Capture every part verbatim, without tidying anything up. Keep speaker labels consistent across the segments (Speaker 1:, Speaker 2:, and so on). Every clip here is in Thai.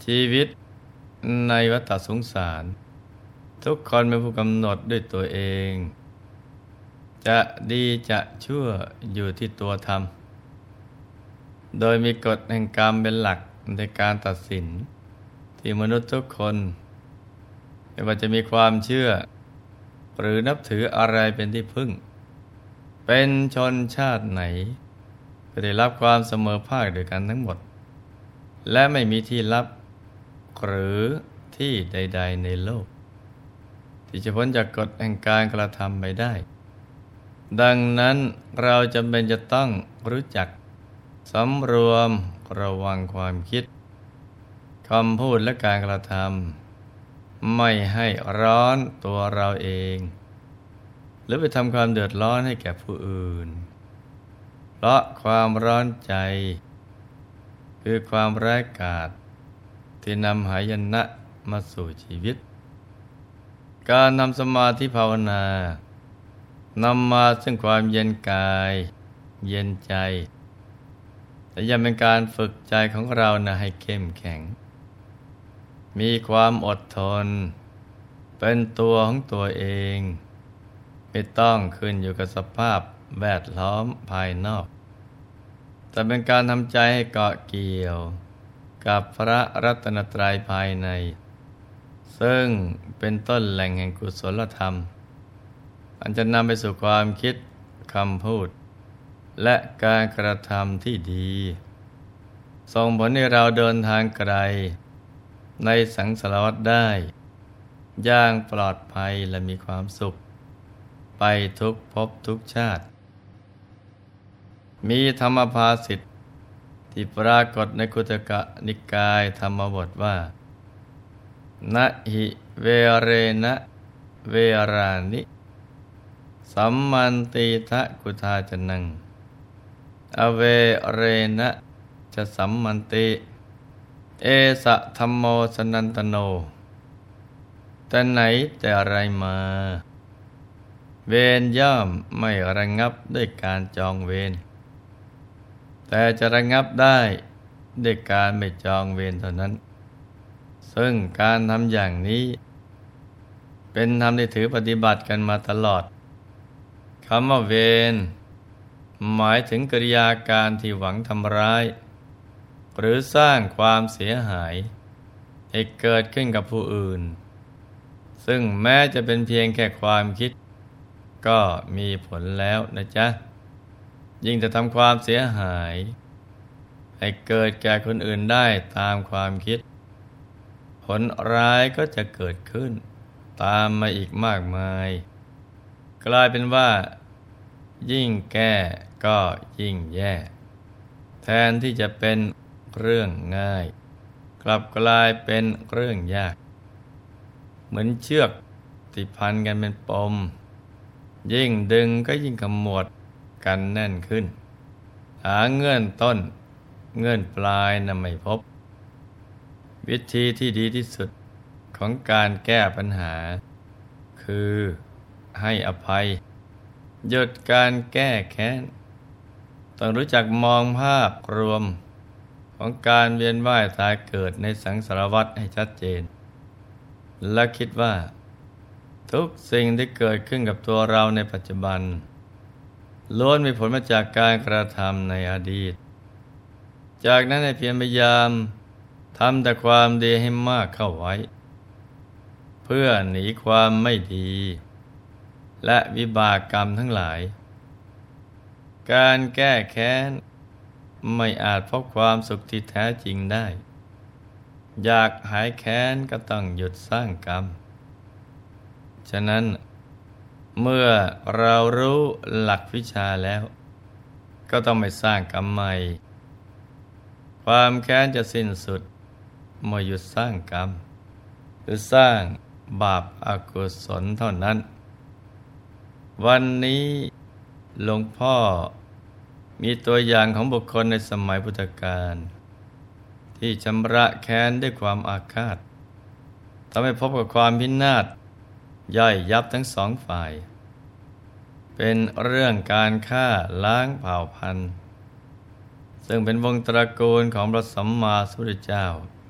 Speaker 1: ชีวิตในวัฏสงสารทุกคนเป็นผู้กำหนดด้วยตัวเอง จะดีจะชั่วอยู่ที่ตัวทำโดยมีกฎแห่งกรรมเป็นหลักในการตัดสินที่มนุษย์ทุกคนไม่ว่าจะมีความเชื่อหรือนับถืออะไรเป็นที่พึ่งเป็นชนชาติไหนก็ได้รับความเสมอภาคด้วยกันทั้งหมดและไม่มีที่ลับหรือที่ใดๆในโลกที่จะพ้นจากกฎแห่งการกระทำไปได้ดังนั้นเราจำเป็นจะต้องรู้จักสำรวมระวังความคิดคำพูดและการกระทำไม่ให้ร้อนตัวเราเองหรือไปทำความเดือดร้อนให้แก่ผู้อื่นเพราะความร้อนใจคือความร้ายกาจที่นำหายนะมาสู่ชีวิตการนำสมาธิภาวนานำมาซึ่งความเย็นกายเย็นใจแต่ยังเป็นการฝึกใจของเรานะให้เข้มแข็งมีความอดทนเป็นตัวของตัวเองไม่ต้องขึ้นอยู่กับสภาพแวดล้อมภายนอกแต่เป็นการทำใจให้เกาะเกี่ยวกับพระรัตนตรัยภายในซึ่งเป็นต้นแหล่งแห่งกุศลธรรมอันจะนำไปสู่ความคิดคำพูดและการกระทำที่ดีส่งผลให้เราเดินทางไกลในสังสารวัฏได้อย่างปลอดภัยและมีความสุขไปทุกภพทุกชาติมีธรรมภาษิตที่ปรากฏในคุตกนิกายธรรมบทว่านะหิเวเรนะเวรานิสัมมันติทะกุทาจนังอเวเรนะจะสัมมันติเอสะธัมโมสนันตโนแต่ไหนแต่อะไรมาเวรย่อมไม่ระงับด้วยการจองเวรแต่จะระงับได้ด้วยการไม่จองเวรเท่านั้นซึ่งการทำอย่างนี้เป็นธรรมที่ถือปฏิบัติกันมาตลอดคำว่าเวรหมายถึงกิริยาการที่หวังทำร้ายหรือสร้างความเสียหายให้เกิดขึ้นกับผู้อื่นซึ่งแม้จะเป็นเพียงแค่ความคิดก็มีผลแล้วนะจ๊ะยิ่งจะทำความเสียหายให้เกิดแก่คนอื่นได้ตามความคิดผลร้ายก็จะเกิดขึ้นตามมาอีกมากมายกลายเป็นว่ายิ่งแก้ก็ยิ่งแย่แทนที่จะเป็นเรื่องง่ายกลับกลายเป็นเรื่องยากเหมือนเชือกที่พันกันเป็นปมยิ่งดึงก็ยิ่งขมวดกันแน่นขึ้นหาเงื่อนต้นเงื่อนปลายน่ะไม่พบวิธีที่ดีที่สุดของการแก้ปัญหาคือให้อภัยหยุดการแก้แค้นต้องรู้จักมองภาพรวมของการเวียนว่ายตายเกิดในสังสารวัฏให้ชัดเจนและคิดว่าทุกสิ่งที่เกิดขึ้นกับตัวเราในปัจจุบันล้วนมีผลมาจากการกระทำในอดีตจากนั้นให้เพียรพยายามทำแต่ความดีให้มากเข้าไว้เพื่อหนีความไม่ดีและวิบากกรรมทั้งหลายการแก้แค้นไม่อาจพบความสุขที่แท้จริงได้อยากหายแค้นก็ต้องหยุดสร้างกรรมฉะนั้นเมื่อเรารู้หลักวิชาแล้วก็ต้องไม่สร้างกรรมใหม่ความแค้นจะสิ้นสุดเมื่อหยุดสร้างกรรมหรือสร้างบาปอกุศลเท่านั้นวันนี้หลวงพ่อมีตัวอย่างของบุคคลในสมัยพุทธกาลที่ชำระแค้นด้วยความอาฆาตทำให้พบกับความพินาศย่อยยับทั้งสองฝ่ายเป็นเรื่องการฆ่าล้างเผ่าพันธุ์ซึ่งเป็นวงตระกูลของพระสัมมาสัมพุทธเจ้า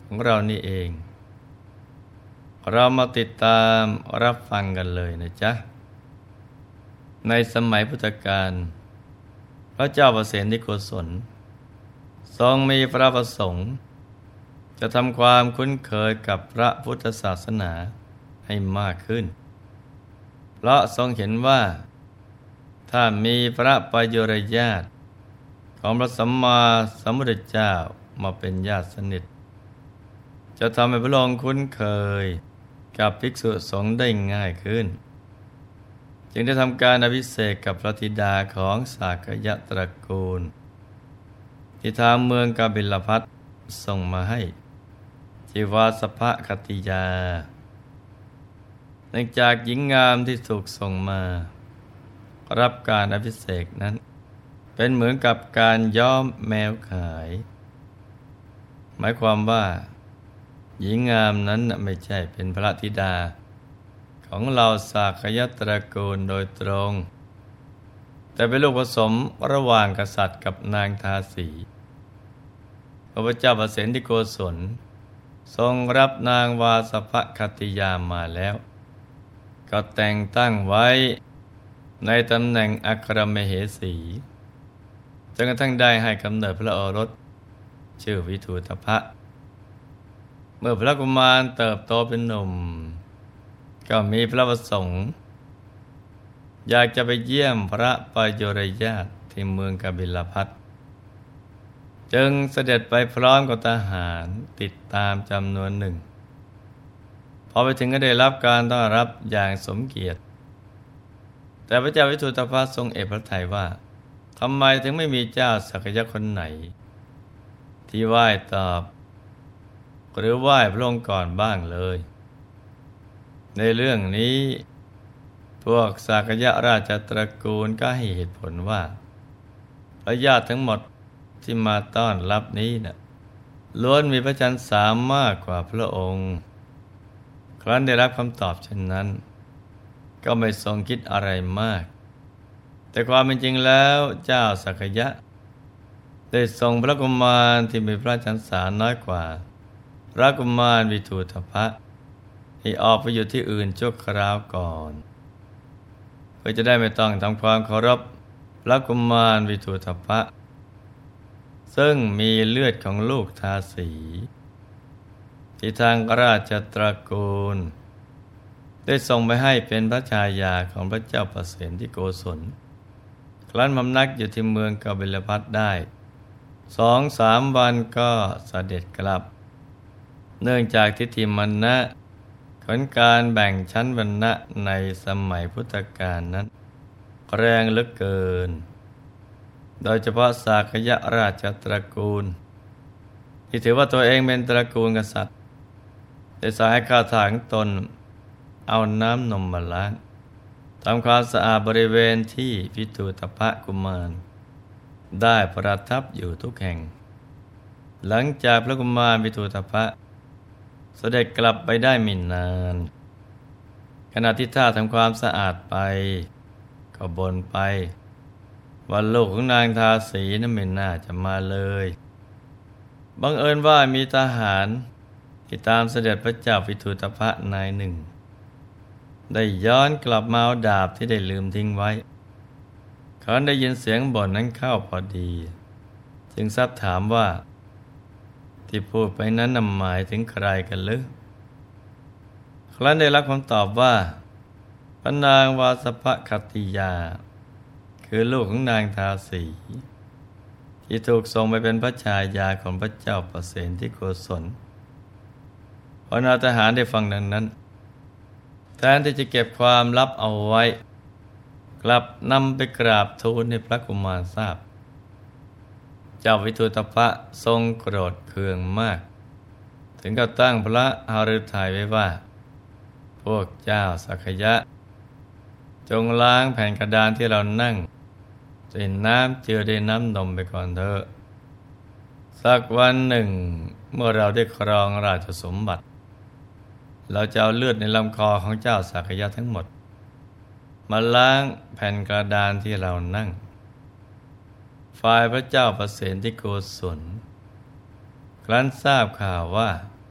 Speaker 1: ของเรานี่เอง เรามาติดตามรับฟังกันเลยนะจ๊ะในสมัยพุทธกาลพระเจ้าประเสนที่โกศลทรงมีพระประสงค์จะทำความคุ้นเคยกับพระพุทธศาสนาให้มากขึ้นเพราะทรงเห็นว่าถ้ามีพระประยุรญาติของพระสัมมาสัมพุทธเจ้ามาเป็นญาติสนิทจะทำให้พระองค์คุ้นเคยกับภิกษุสงฆ์ได้ง่ายขึ้นจึงได้ทำการอภิเษกกับพระธิดาของสากยะตระกูลที่ทางเมืองกบิลพัสส่งมาให้จิวาสภคติยาเนื่องจากหญิงงามที่ถูกส่งมารับการอภิเษกนั้นเป็นเหมือนกับการย้อมแมวขายหมายความว่าหญิงงามนั้นไม่ใช่เป็นพระธิดาของเราสากยะตระกูลโดยตรงแต่เป็นลูกผสมระหว่างกษัตริย์กับนางทาสีพระเจ้าประเสนที่โกศลทรงรับนางวาสภคติยามาแล้วก็แต่งตั้งไว้ในตำแหน่งอัครมเหสีจนกระทั่งได้ให้กำเนิดพระโอรสชื่อวิทูตภะเมื่อพระกุมารเติบโตเป็นหนุ่มก็มีพระประสงค์อยากจะไปเยี่ยมพระประยุรญาติที่เมืองกบิลพัสจึงเสด็จไปพร้อมกับทหารติดตามจำนวนหนึ่งพอไปถึงก็ได้รับการต้อนรับอย่างสมเกียรติแต่พระเจ้าวิทูตภะทรงเอกพระทัยว่าทำไมถึงไม่มีเจ้าสักยะคนไหนที่ไหว้ตอบหรือไหว้พระองค์ก่อนบ้างเลยในเรื่องนี้พวกสักยะราชตระกูลก็ให้เหตุผลว่าพระญาติทั้งหมดที่มาต้อนรับนี้นะล้วนมีพระชนสามากกว่าพระองค์ครั้นได้รับคำตอบเช่นนั้นก็ไม่ทรงคิดอะไรมากแต่ความเป็นจริงแล้วเจ้าสักยะได้ส่งพระกุมารที่มีพระชนสาน้อยกว่าพระกุมารวิทูตภะให้ออกไปอยู่ที่อื่นชั่วคราวก่อนเพื่อจะได้ไม่ต้องทำความเคารพพระกุมารวิทูตภะซึ่งมีเลือดของลูกทาสีที่ทางราชตระกูลได้ส่งไปให้เป็นพระชายาของพระเจ้าประเสนที่โกศลครั้นพำนักอยู่ที่เมืองกบิลพัสได้สองสามวันก็เสด็จกลับเนื่องจากทิฏฐิมานะของการแบ่งชั้นวรรณะในสมัยพุทธกาลนั้นแรงเหลือเกินโดยเฉพาะสากยะราชตระกูลที่ถือว่าตัวเองเป็นตระกูลกษัตริย์ได้สั่งให้ข้าทาสตนเอาน้ำนมมาล้างทำความสะอาดบริเวณที่วิทูตภะกุมารได้ประทับอยู่ทุกแห่งหลังจากพระกุมารวิทูตภะเสด็จกลับไปได้ไม่นานขณะที่ท่าทำความสะอาดไปก็บ่นไปว่าลูกของนางทาสีนั้นไม่น่าจะมาเลยบังเอิญว่ามีทหารที่ตามเสด็จพระเจ้าวิทูตภะนายหนึ่งได้ย้อนกลับมาเอาดาบที่ได้ลืมทิ้งไว้เขาได้ยินเสียงบ่นนั้นเข้าพอดีจึงซักถามว่าที่พูดไปนั้นนำหมายถึงใครกันหรือครั้นได้รับคำตอบว่าพระนางวาสภคติยาคือลูกของนางทาสีที่ถูกส่งไปเป็นพระชายาของพระเจ้าประเสนที่โกศลพอนาทหารได้ฟังดังนั้นแทนที่จะเก็บความลับเอาไว้กลับนำไปกราบทูลให้พระกุมารทราบเจ้าวิทูตภะทรงโกรธเคืองมากถึงกับตั้งพระหฤทัยไว้ว่าพวกเจ้าสักยะจงล้างแผ่นกระดานที่เรานั่งด้วยน้ำเจือด้วยน้ำนมไปก่อนเถอะสักวันหนึ่งเมื่อเราได้ครองราชสมบัติเราจะเอาเลือดในลำคอของเจ้าสักยะทั้งหมดมาล้างแผ่นกระดานที่เรานั่งฝ่ายพระเจ้าประเสนที่โกศลครั้นทราบข่าวว่า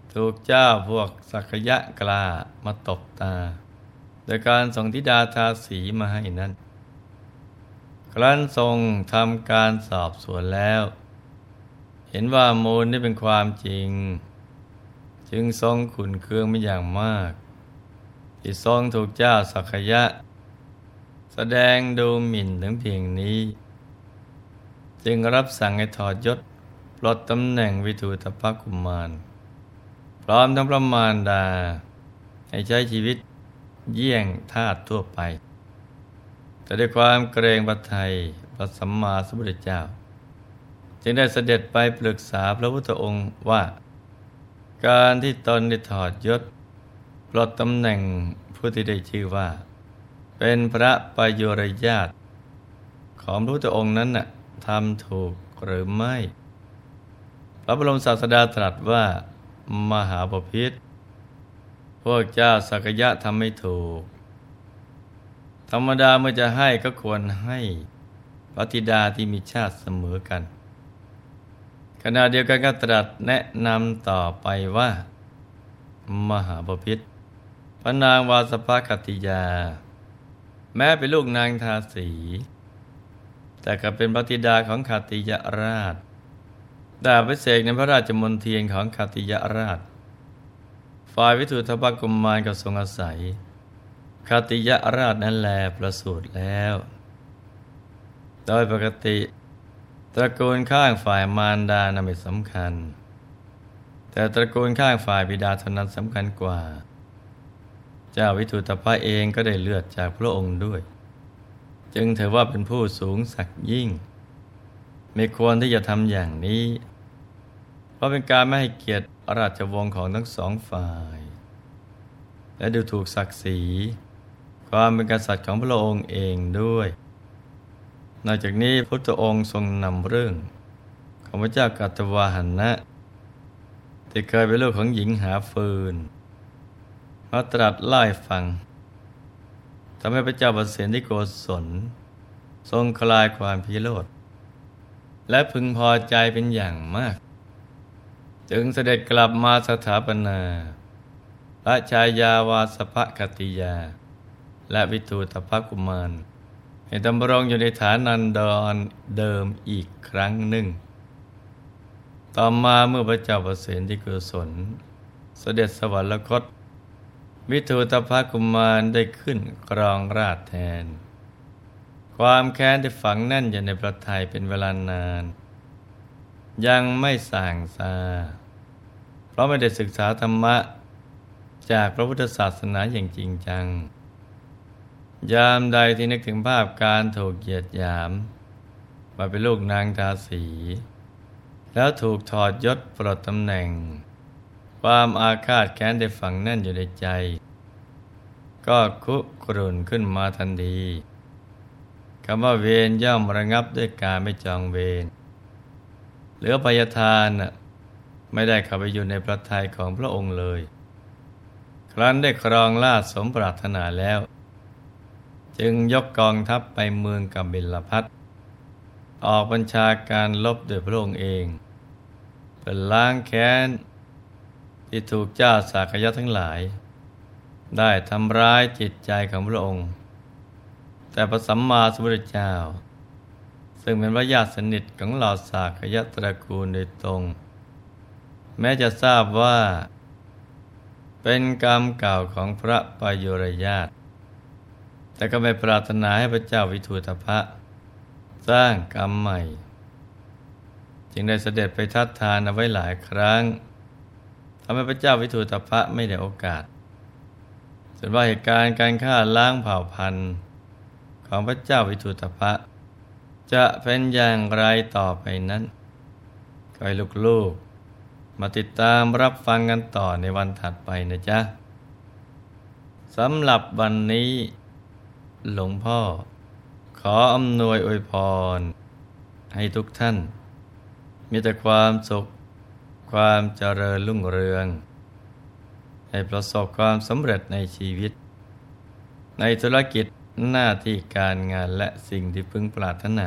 Speaker 1: ถูกเจ้าพวกสักยะกล้ามาตบตาโดยการส่งธิดาทาสีมาให้นั้นครั้นทรงทำการสอบสวนแล้ว เห็นว่ามูลนี่เป็นความจริงจึงทรงขุ่นเคืองเป็นอย่างมากที่ทรงถูกเจ้าสักยะแสดงดูหมิ่นถึงเพียงนี้จึงรับสั่งให้ถอดยศปลดตำแหน่งวิทูตภกุมารพร้อมทั้งพระมารดาให้ใช้ชีวิตเยี่ยงทาสทั่วไปแต่ด้วยความเกรงพระทัยพระสัมมาสัมพุทธเจ้าจึงได้เสด็จไปปรึกษาพระพุทธองค์ว่าการที่ตนได้ถอดยศปลดตำแหน่งผู้ที่ได้ชื่อว่าเป็นพระประยุรญาติของพระพุทธองค์นั้นน่ะทำถูกหรือไม่พระบรมศาสดาตรัสว่ามหาบพิตรพวกเจ้าสักยะทำไม่ถูกธรรมดาเมื่อจะให้ก็ควรให้พระธิดาที่มีชาติเสมอกันขณะเดียวกันก็ตรัสแนะนำต่อไปว่ามหาบพิตรพระนางวาสภคัตติยาแม้เป็นลูกนางทาสีแต่ก็เป็นพระธิดาของคัตติยราชดาบพิเศษในพระราชมณฑีของคัตติยราชฝ่ายวิทูตภกุมารก็ทรงอาศัยคัตติยราชนั้นแลประสูติแล้วโดยปกติตระกูลข้างฝ่ายมารดานั้นไม่สำคัญแต่ตระกูลข้างฝ่ายบิดาเท่านั้นสำคัญกว่าเจ้าวิทูตภะเองก็ได้เลือดจากพระองค์ด้วยจึงถือว่าเป็นผู้สูงศักดิ์ยิ่งไม่ควรที่จะทำอย่างนี้เพราะเป็นการไม่ให้เกียรติราชวงศ์ของทั้งสองฝ่ายและดูถูกศักดิ์ศรีความเป็นกษัตริย์ของพระองค์เองด้วยนอกจากนี้พุทธองค์ทรงนำเรื่องของพระเจ้ากัตวาหันนะที่เคยเป็นลูกของหญิงหาฟืนมาตรัสเล่าให้ฟังทำให้พระเจ้าประเสนที่โกศลทรงคลายความพิโรธและพึงพอใจเป็นอย่างมากจึงเสด็จกลับมาสถาปนาพระชายาวาสภคัตติยาและวิทูตภกุมารให้ดำรงอยู่ในฐานันดรเดิมอีกครั้งหนึ่งต่อมาเมื่อพระเจ้าประเสนที่โกศลเสด็จสวรรคตวิทูตภกุมารได้ขึ้นครองราชย์แทนความแค้นที่ฝังแน่นอยู่ในพระทัยเป็นเวลานานยังไม่ส่างซาเพราะไม่ได้ศึกษาธรรมะจากพระพุทธศาสนาอย่างจริงจังยามใดที่นึกถึงภาพการถูกเหยียดหยามมาเป็นลูกนางทาสีแล้วถูกถอดยศปลดตำแหน่งความอาฆาตแค้นได้ฝังแน่นอยู่ในใจก็คุกรุ่นขึ้นมาทันทีคำว่าเวรย่อมระงับด้วยการไม่จองเวรเหลือพยทานน่ะไม่ได้เข้าไปอยู่ในพระทัยของพระองค์เลยครั้นได้ครองราชย์สมปรารถนาแล้วจึงยกกองทัพไปเมืองกบิลพัสต์ออกบัญชาการลบโดยพระองค์เองเป็นล้างแค้นที่ถูกเจ้าสากยะทั้งหลายได้ทำร้ายจิตใจของพระองค์แต่พระสัมมาสัมพุทธเจ้าซึ่งเป็นพระญาติสนิทของเหล่าสากยะตระกูลโดยตรงแม้จะทราบว่าเป็นกรรมเก่าของพระประยุรญาติแต่ก็ไม่ปรารถนาให้พระเจ้าวิทูตภะสร้างกรรมใหม่จึงได้เสด็จไปทัดทานเอาไว้หลายครั้งทำให้พระเจ้าวิทูตภะไม่ได้โอกาสส่วนว่าเหตุการณ์การฆ่าล้างเผ่าพันธุ์ของพระเจ้าวิทูตภะจะเป็นอย่างไรต่อไปนั้นก็ให้ลูกๆมาติดตามรับฟังกันต่อในวันถัดไปนะจ๊ะสำหรับวันนี้หลวงพ่อขออำนวยอวยพรให้ทุกท่านมีแต่ความสุขความเจริญรุ่งเรืองให้ประสบความสำเร็จในชีวิตในธุรกิจหน้าที่การงานและสิ่งที่พึงปรารถนา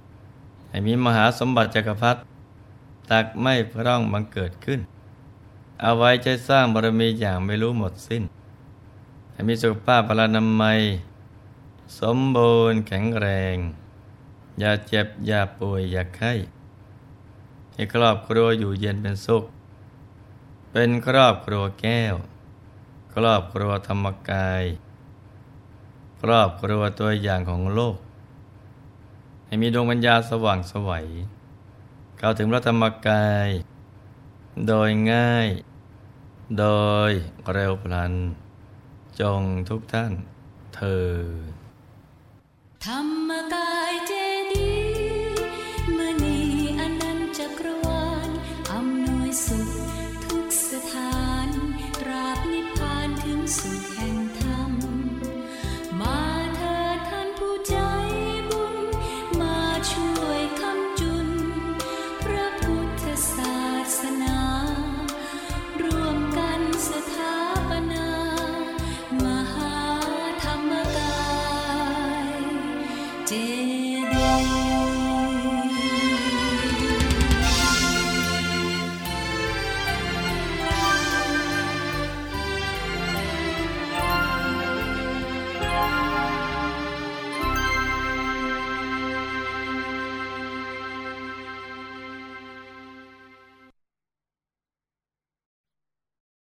Speaker 1: ให้มีมหาสมบัติจักรพรรดิตักไม่พร่องบังเกิดขึ้นเอาไว้ใช้สร้างบารมีอย่างไม่รู้หมดสิ้นให้มีสุขภาพพลานามัยสมบูรณ์แข็งแรงอย่าเจ็บอย่าป่วยอย่าไข้ให้ครอบครัวอยู่เย็นเป็นสุขเป็นครอบครัวแก้วครอบครัวธรรมกายครอบครัวตัวอย่างของโลกให้มีดวงปัญญาสว่างไสวเข้าถึงพระธรรมกายโดยง่ายโดยเร็วพลันจงทุกท่านเธอ
Speaker 2: ธรรมกาย